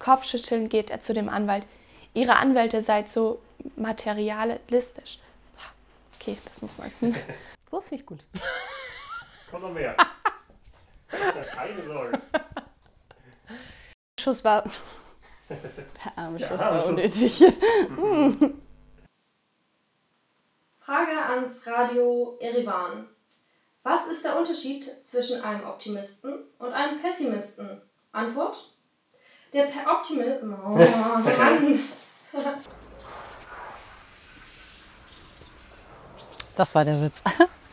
Kopfschütteln geht er zu dem Anwalt. Ihre Anwälte seid so materialistisch. Okay, das muss man. So ist finde ich gut. Kommt noch mehr. Keine Sorge. Schuss war... Der arme Schuss war unnötig. Frage ans Radio Erivan. Was ist der Unterschied zwischen einem Optimisten und einem Pessimisten? Antwort? Der Optimist... Oh, Mann! Das war der Witz.